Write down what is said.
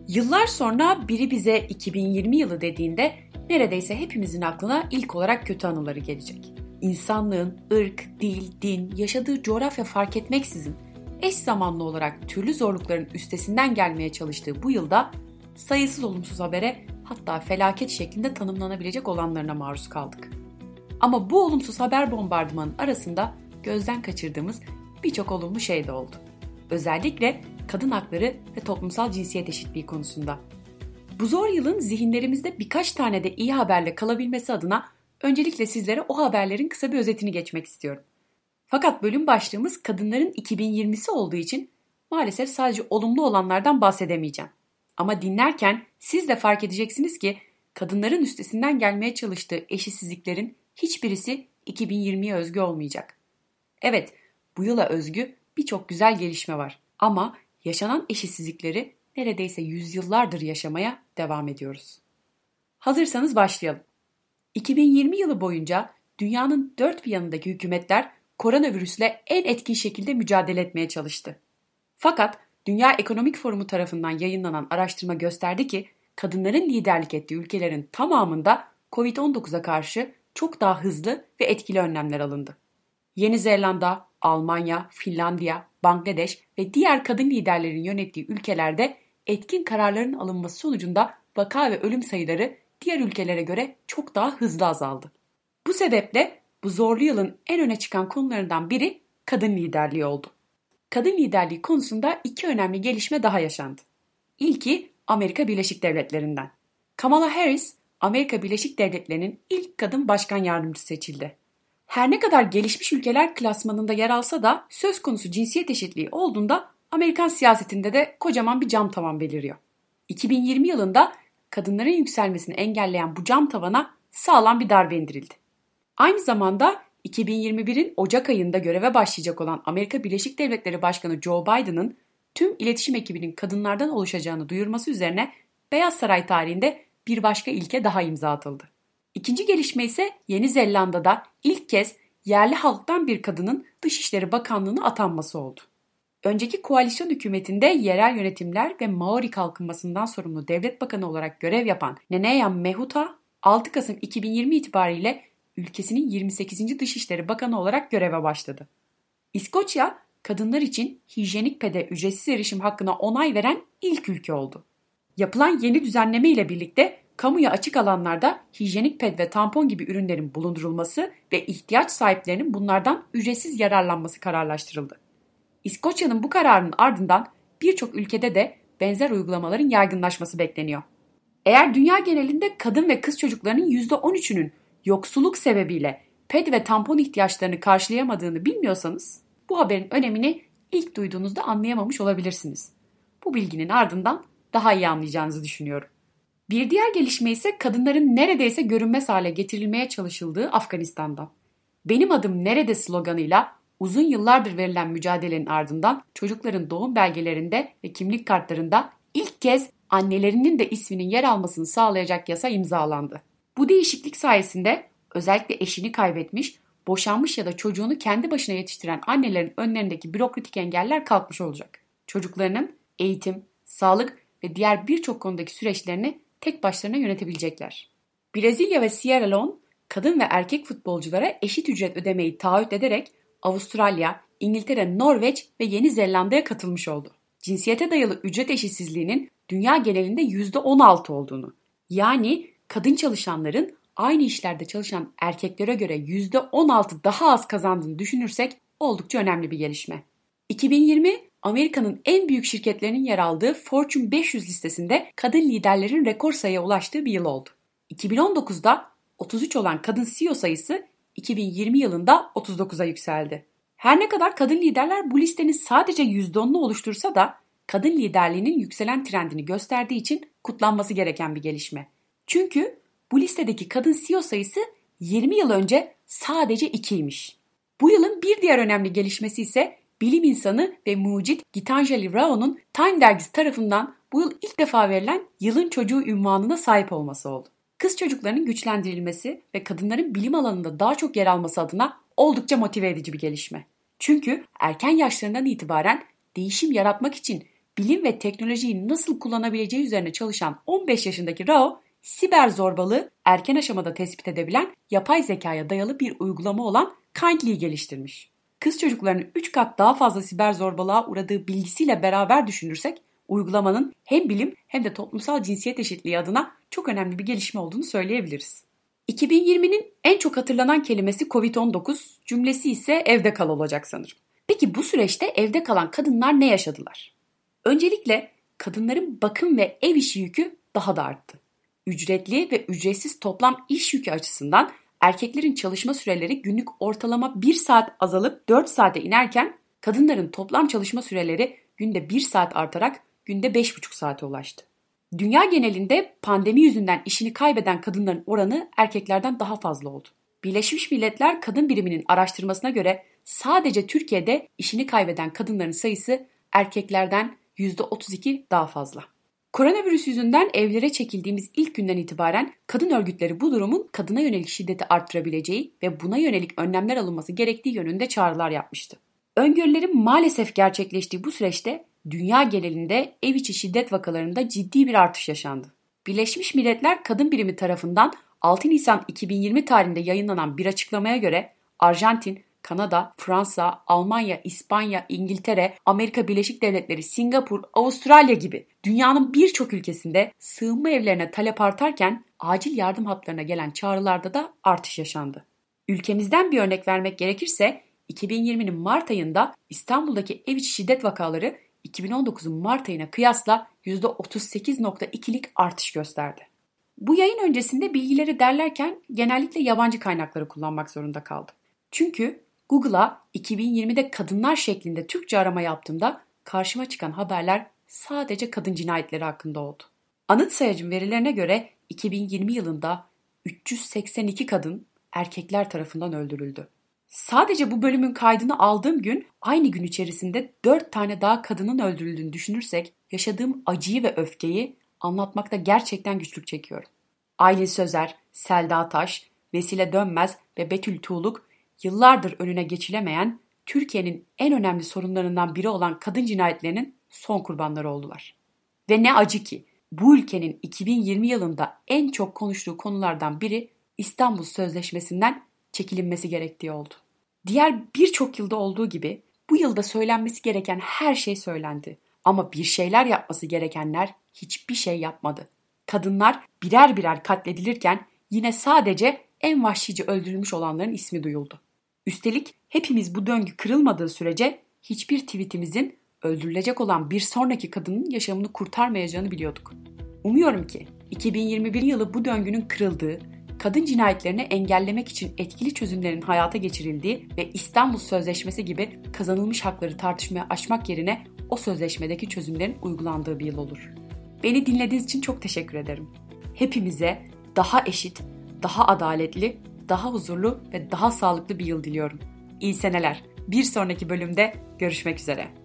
Yıllar sonra biri bize 2020 yılı dediğinde neredeyse hepimizin aklına ilk olarak kötü anıları gelecek. İnsanlığın ırk, dil, din, yaşadığı coğrafya fark etmeksizin eş zamanlı olarak türlü zorlukların üstesinden gelmeye çalıştığı bu yılda sayısız olumsuz habere, hatta felaket şeklinde tanımlanabilecek olanlarına maruz kaldık. Ama bu olumsuz haber bombardımanın arasında gözden kaçırdığımız birçok olumlu şey de oldu. Özellikle kadın hakları ve toplumsal cinsiyet eşitliği konusunda. Bu zor yılın zihinlerimizde birkaç tane de iyi haberle kalabilmesi adına öncelikle sizlere o haberlerin kısa bir özetini geçmek istiyorum. Fakat bölüm başlığımız kadınların 2020'si olduğu için maalesef sadece olumlu olanlardan bahsedemeyeceğim. Ama dinlerken siz de fark edeceksiniz ki kadınların üstesinden gelmeye çalıştığı eşitsizliklerin hiçbirisi 2020'ye özgü olmayacak. Evet, bu yıla özgü birçok güzel gelişme var. Ama yaşanan eşitsizlikleri neredeyse yüzyıllardır yaşamaya devam ediyoruz. Hazırsanız başlayalım. 2020 yılı boyunca dünyanın dört bir yanındaki hükümetler koronavirüsle en etkin şekilde mücadele etmeye çalıştı. Fakat Dünya Ekonomik Forumu tarafından yayınlanan araştırma gösterdi ki kadınların liderlik ettiği ülkelerin tamamında COVID-19'a karşı çok daha hızlı ve etkili önlemler alındı. Yeni Zelanda, Almanya, Finlandiya, Bangladeş ve diğer kadın liderlerin yönettiği ülkelerde etkin kararların alınması sonucunda vaka ve ölüm sayıları diğer ülkelere göre çok daha hızlı azaldı. Bu sebeple bu zorlu yılın en öne çıkan konularından biri kadın liderliği oldu. Kadın liderliği konusunda iki önemli gelişme daha yaşandı. İlki Amerika Birleşik Devletleri'nden. Kamala Harris, Amerika Birleşik Devletleri'nin ilk kadın başkan yardımcısı seçildi. Her ne kadar gelişmiş ülkeler klasmanında yer alsa da söz konusu cinsiyet eşitliği olduğunda Amerikan siyasetinde de kocaman bir cam tavan beliriyor. 2020 yılında kadınların yükselmesini engelleyen bu cam tavana sağlam bir darbe indirildi. Aynı zamanda 2021'in Ocak ayında göreve başlayacak olan Amerika Birleşik Devletleri Başkanı Joe Biden'ın tüm iletişim ekibinin kadınlardan oluşacağını duyurması üzerine Beyaz Saray tarihinde bir başka ilke daha imza atıldı. İkinci gelişme ise Yeni Zelanda'da ilk kez yerli halktan bir kadının Dışişleri Bakanlığı'na atanması oldu. Önceki koalisyon hükümetinde yerel yönetimler ve Maori kalkınmasından sorumlu devlet bakanı olarak görev yapan Nanaia Mehuta, 6 Kasım 2020 itibariyle ülkesinin 28. Dışişleri Bakanı olarak göreve başladı. İskoçya, kadınlar için hijyenik pede ücretsiz erişim hakkına onay veren ilk ülke oldu. Yapılan yeni düzenleme ile birlikte kamuya açık alanlarda hijyenik ped ve tampon gibi ürünlerin bulundurulması ve ihtiyaç sahiplerinin bunlardan ücretsiz yararlanması kararlaştırıldı. İskoçya'nın bu kararının ardından birçok ülkede de benzer uygulamaların yaygınlaşması bekleniyor. Eğer dünya genelinde kadın ve kız çocuklarının %13'ünün yoksulluk sebebiyle ped ve tampon ihtiyaçlarını karşılayamadığını bilmiyorsanız bu haberin önemini ilk duyduğunuzda anlayamamış olabilirsiniz. Bu bilginin ardından daha iyi anlayacağınızı düşünüyorum. Bir diğer gelişme ise kadınların neredeyse görünmez hale getirilmeye çalışıldığı Afganistan'dan. Benim adım nerede sloganıyla uzun yıllardır verilen mücadelenin ardından çocukların doğum belgelerinde ve kimlik kartlarında ilk kez annelerinin de isminin yer almasını sağlayacak yasa imzalandı. Bu değişiklik sayesinde özellikle eşini kaybetmiş, boşanmış ya da çocuğunu kendi başına yetiştiren annelerin önlerindeki bürokratik engeller kalkmış olacak. Çocuklarının eğitim, sağlık ve diğer birçok konudaki süreçlerini tek başlarına yönetebilecekler. Brezilya ve Sierra Leone kadın ve erkek futbolculara eşit ücret ödemeyi taahhüt ederek Avustralya, İngiltere, Norveç ve Yeni Zelanda'ya katılmış oldu. Cinsiyete dayalı ücret eşitsizliğinin dünya genelinde %16 olduğunu, yani kadın çalışanların aynı işlerde çalışan erkeklere göre %16 daha az kazandığını düşünürsek oldukça önemli bir gelişme. 2020 Amerika'nın en büyük şirketlerinin yer aldığı Fortune 500 listesinde kadın liderlerin rekor sayıya ulaştığı bir yıl oldu. 2019'da 33 olan kadın CEO sayısı 2020 yılında 39'a yükseldi. Her ne kadar kadın liderler bu listenin sadece %10'unu oluştursa da kadın liderliğinin yükselen trendini gösterdiği için kutlanması gereken bir gelişme. Çünkü bu listedeki kadın CEO sayısı 20 yıl önce sadece 2'ymiş. Bu yılın bir diğer önemli gelişmesi ise bilim insanı ve mucit Gitanjali Rao'nun Time dergisi tarafından bu yıl ilk defa verilen yılın çocuğu unvanına sahip olması oldu. Kız çocuklarının güçlendirilmesi ve kadınların bilim alanında daha çok yer alması adına oldukça motive edici bir gelişme. Çünkü erken yaşlarından itibaren değişim yaratmak için bilim ve teknolojiyi nasıl kullanabileceği üzerine çalışan 15 yaşındaki Rao, siber zorbalığı erken aşamada tespit edebilen yapay zekaya dayalı bir uygulama olan Kindly'yi geliştirmiş. Kız çocuklarının 3 kat daha fazla siber zorbalığa uğradığı bilgisiyle beraber düşünürsek, uygulamanın hem bilim hem de toplumsal cinsiyet eşitliği adına çok önemli bir gelişme olduğunu söyleyebiliriz. 2020'nin en çok hatırlanan kelimesi Covid-19, cümlesi ise evde kal olacak sanırım. Peki bu süreçte evde kalan kadınlar ne yaşadılar? Öncelikle kadınların bakım ve ev işi yükü daha da arttı. Ücretli ve ücretsiz toplam iş yükü açısından erkeklerin çalışma süreleri günlük ortalama 1 saat azalıp 4 saate inerken kadınların toplam çalışma süreleri günde 1 saat artarak günde 5,5 saate ulaştı. Dünya genelinde pandemi yüzünden işini kaybeden kadınların oranı erkeklerden daha fazla oldu. Birleşmiş Milletler Kadın Biriminin araştırmasına göre sadece Türkiye'de işini kaybeden kadınların sayısı erkeklerden %32 daha fazla. Koronavirüs yüzünden evlere çekildiğimiz ilk günden itibaren kadın örgütleri bu durumun kadına yönelik şiddeti arttırabileceği ve buna yönelik önlemler alınması gerektiği yönünde çağrılar yapmıştı. Öngörülerin maalesef gerçekleştiği bu süreçte dünya genelinde ev içi şiddet vakalarında ciddi bir artış yaşandı. Birleşmiş Milletler Kadın Birimi tarafından 6 Nisan 2020 tarihinde yayınlanan bir açıklamaya göre Arjantin, Kanada, Fransa, Almanya, İspanya, İngiltere, Amerika Birleşik Devletleri, Singapur, Avustralya gibi dünyanın birçok ülkesinde sığınma evlerine talep artarken acil yardım hatlarına gelen çağrılarda da artış yaşandı. Ülkemizden bir örnek vermek gerekirse 2020'nin Mart ayında İstanbul'daki ev içi şiddet vakaları 2019'un Mart ayına kıyasla %38,2'lik artış gösterdi. Bu yayın öncesinde bilgileri derlerken genellikle yabancı kaynakları kullanmak zorunda kaldım. Çünkü Google'a 2020'de kadınlar şeklinde Türkçe arama yaptığımda karşıma çıkan haberler sadece kadın cinayetleri hakkında oldu. Anıt sayacım verilerine göre 2020 yılında 382 kadın erkekler tarafından öldürüldü. Sadece bu bölümün kaydını aldığım gün aynı gün içerisinde 4 tane daha kadının öldürüldüğünü düşünürsek yaşadığım acıyı ve öfkeyi anlatmakta gerçekten güçlük çekiyorum. Aylin Sözer, Selda Taş, Vesile Dönmez ve Betül Tuğluk yıllardır önüne geçilemeyen Türkiye'nin en önemli sorunlarından biri olan kadın cinayetlerinin son kurbanları oldular. Ve ne acı ki bu ülkenin 2020 yılında en çok konuştuğu konulardan biri İstanbul Sözleşmesi'nden çekilinmesi gerektiği oldu. Diğer birçok yılda olduğu gibi bu yılda söylenmesi gereken her şey söylendi. Ama bir şeyler yapması gerekenler hiçbir şey yapmadı. Kadınlar birer birer katledilirken yine sadece en vahşice öldürülmüş olanların ismi duyuldu. Üstelik hepimiz bu döngü kırılmadığı sürece hiçbir tweetimizin öldürülecek olan bir sonraki kadının yaşamını kurtarmayacağını biliyorduk. Umuyorum ki 2021 yılı bu döngünün kırıldığı, kadın cinayetlerini engellemek için etkili çözümlerin hayata geçirildiği ve İstanbul Sözleşmesi gibi kazanılmış hakları tartışmaya açmak yerine o sözleşmedeki çözümlerin uygulandığı bir yıl olur. Beni dinlediğiniz için çok teşekkür ederim. Hepimize daha eşit, daha adaletli, daha huzurlu ve daha sağlıklı bir yıl diliyorum. İyi seneler. Bir sonraki bölümde görüşmek üzere.